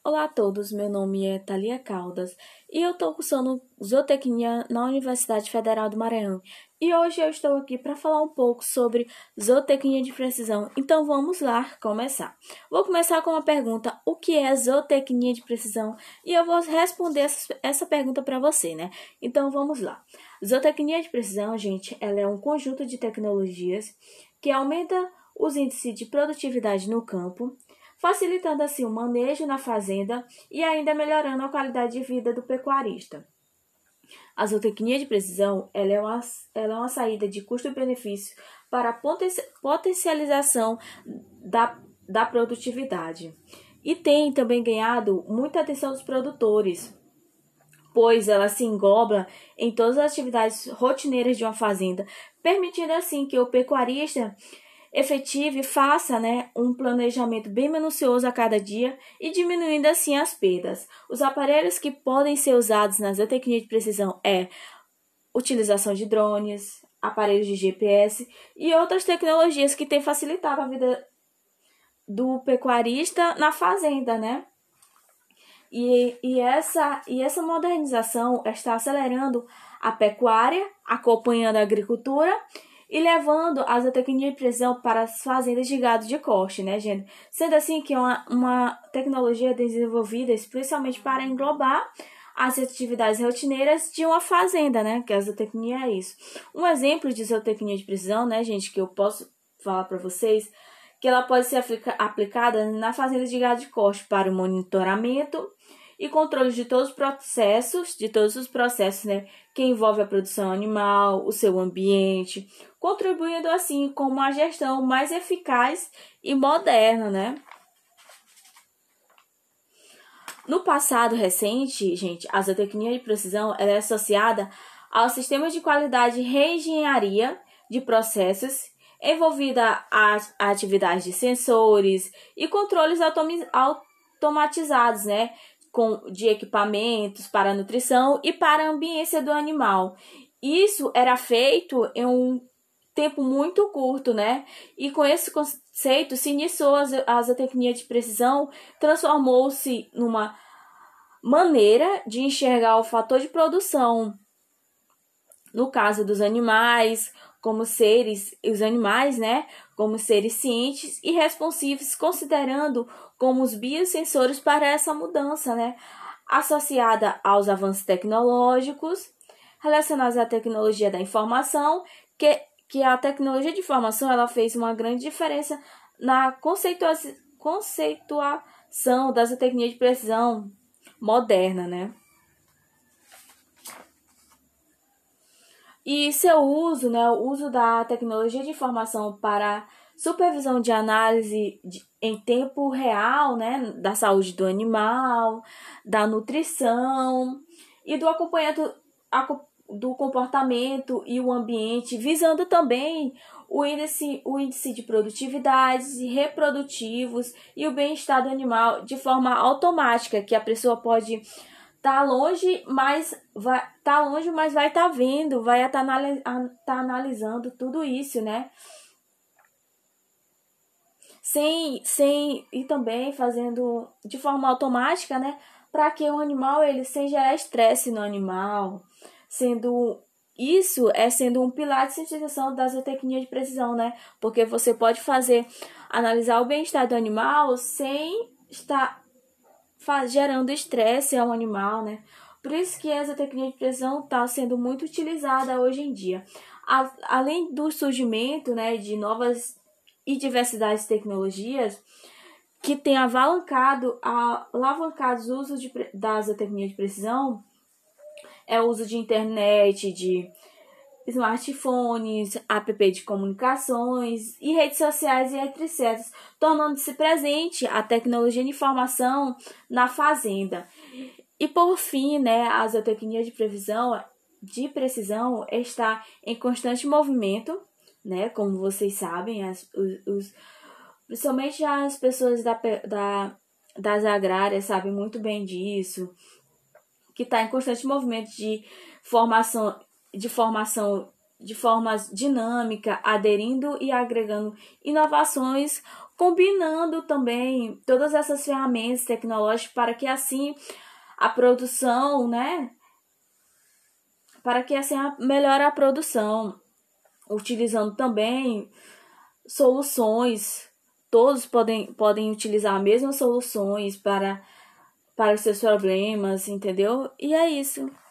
Olá a todos, meu nome é Thalia Caldas e eu estou cursando zootecnia na Universidade Federal do Maranhão. E hoje eu estou aqui para falar um pouco sobre zootecnia de precisão. Então vamos lá começar. Vou começar com uma pergunta: o que é zootecnia de precisão? E eu vou responder essa pergunta para você, né? Então vamos lá. Zootecnia de precisão, gente, ela é um conjunto de tecnologias que aumenta os índices de produtividade no campo, facilitando assim o manejo na fazenda e ainda melhorando a qualidade de vida do pecuarista. A zootecnia de precisão ela é uma saída de custo-benefício para a potencialização da produtividade. E tem também ganhado muita atenção dos produtores, pois ela se engloba em todas as atividades rotineiras de uma fazenda, permitindo assim que o pecuarista efetive e faça, um planejamento bem minucioso a cada dia e diminuindo assim as perdas. Os aparelhos que podem ser usados na zootecnia de precisão é utilização de drones, aparelhos de GPS e outras tecnologias que têm facilitado a vida do pecuarista na fazenda, né? E essa modernização está acelerando a pecuária, acompanhando a agricultura e levando a zootecnia de precisão para as fazendas de gado de corte, né, gente? Sendo assim que é uma tecnologia desenvolvida especialmente para englobar as atividades rotineiras de uma fazenda, né? Que a zootecnia é isso. Um exemplo de zootecnia de precisão, né, gente, que eu posso falar para vocês, que ela pode ser aplicada na fazenda de gado de corte para o monitoramento e controle de todos os processos, né, que envolve a produção animal, o seu ambiente, contribuindo assim com uma gestão mais eficaz e moderna, né? No passado recente, gente, a zootecnia de precisão ela é associada ao sistema de qualidade e reengenharia de processos envolvida a atividades de sensores e controles automatizados, né, de equipamentos para a nutrição e para a ambiência do animal. Isso era feito em um tempo muito curto, né? E com esse conceito se iniciou a zootecnia de precisão, transformou-se numa maneira de enxergar o fator de produção, no caso dos animais, como seres, os animais, né, como seres cientes e responsivos, considerando como os biosensores para essa mudança, né, associada aos avanços tecnológicos relacionados à tecnologia da informação, que a tecnologia de informação ela fez uma grande diferença na conceituação da zootecnia de precisão moderna, né? E seu uso, né, o uso da tecnologia de informação para supervisão de análise em tempo real, né, da saúde do animal, da nutrição e do acompanhamento do comportamento e o ambiente, visando também o índice de produtividade, reprodutivos e o bem-estar do animal de forma automática, que a pessoa pode tá longe, mas vai estar vendo, vai estar analisando tudo isso, né? E também fazendo de forma automática, né? Para que o animal, ele sem gerar estresse no animal, sendo um pilar de sintetização da zootecnia de precisão, né? Porque você pode analisar o bem-estar do animal sem estar gerando estresse ao animal, né? Por isso que a zootecnia de precisão está sendo muito utilizada hoje em dia. Além do surgimento, né, de novas e diversidades de tecnologias que tem alavancado os usos da zootecnia de precisão, é o uso de internet, de smartphones, app de comunicações e redes sociais e etc., tornando-se presente a tecnologia de informação na fazenda. E por fim, né, a zootecnia de precisão está em constante movimento, né, como vocês sabem, principalmente as pessoas das agrárias sabem muito bem disso, que está em constante movimento de formação de forma dinâmica, aderindo e agregando inovações combinando também todas essas ferramentas tecnológicas para que assim a produção, né? Para que assim melhore a produção, utilizando também soluções. Todos podem utilizar as mesmas soluções para os seus problemas, entendeu? E é isso.